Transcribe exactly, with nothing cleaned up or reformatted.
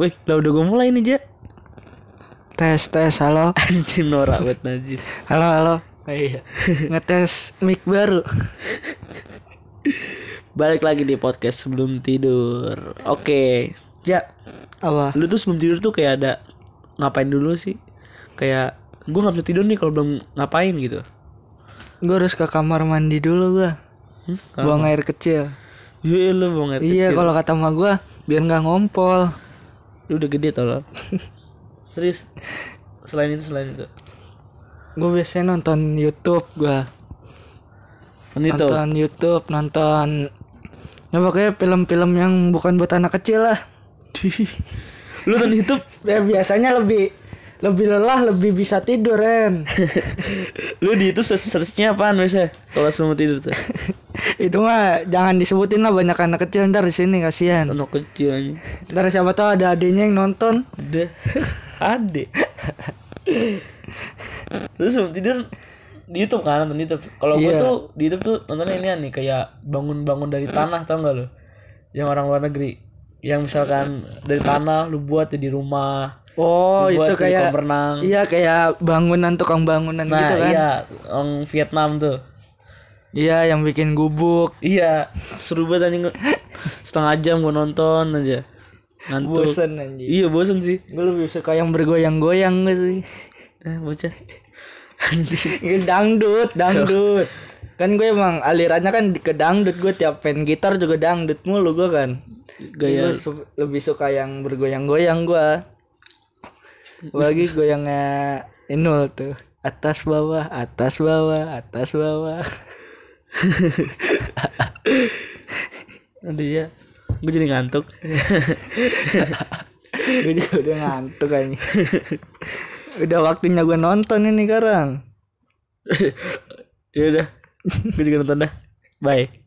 Wih, lah udah gue mulai nih, Ja. Tes tes halo. Anjing norak buat najis. Halo halo. Oh, iya. Ngetes mic baru. Balik lagi di podcast sebelum tidur. Oke, Ja. Apa? Lu tuh sebelum tidur tuh kayak ada ngapain dulu sih? Kayak gue nggak bisa tidur nih kalau belum ngapain gitu. Gue harus ke kamar mandi dulu gua. Hmm? Buang air kecil. Iya lu buang air Iya, kecil. kalau kata emak gua biar nggak ngompol. Lu udah gede tolong. Serius. Selain itu selain itu. Gue biasanya nonton YouTube gua. Itu. Nonton YouTube, nonton ya pokoknya film-film yang bukan buat anak kecil lah. Lu nonton YouTube? Ya biasanya lebih lebih lelah, lebih bisa tidur, Ren. Lu di itu search-nya apaan biasa? Kalau sebelum tidur tuh. Itu mah jangan disebutin lah, banyak anak kecil ntar di sini kasihan. Anak kecil aja. Ntar siapa tahu ada adenya yang nonton. Udah. Ade. Terus sebelum tidur di YouTube kan, nonton YouTube. Kalau Iya. gua tuh di YouTube tuh nontonnya ini nih kayak bangun-bangun dari tanah, tau gak lu? Yang orang luar negeri. Yang misalkan dari tanah lu buat di rumah. Oh, Lu buat itu di kayak kolam renang. iya kayak bangunan tukang bangunan Nah, gitu kan. iya, orang Vietnam tuh. Iya, yang bikin gubuk. Iya, seru banget anjing. Setengah jam gua nonton aja. Ngantuk. Bosen anjing. Iya, bosen sih. Gue lebih suka yang bergoyang-goyang gak sih? Eh, bocah. Ini dangdut, dangdut. Kan gue emang alirannya kan ke dangdut, gue tiap main gitar juga dangdut mulu gue kan. Gaya. Gue su- lebih suka yang bergoyang-goyang gue. Apalagi goyangnya Inul tuh. Atas bawah, atas bawah, atas bawah. Nanti ya. Gue jadi ngantuk. Gue juga udah ngantuk kan. Udah waktunya gue nonton ini sekarang. Ya udah. Gue juga nonton dah. Bye.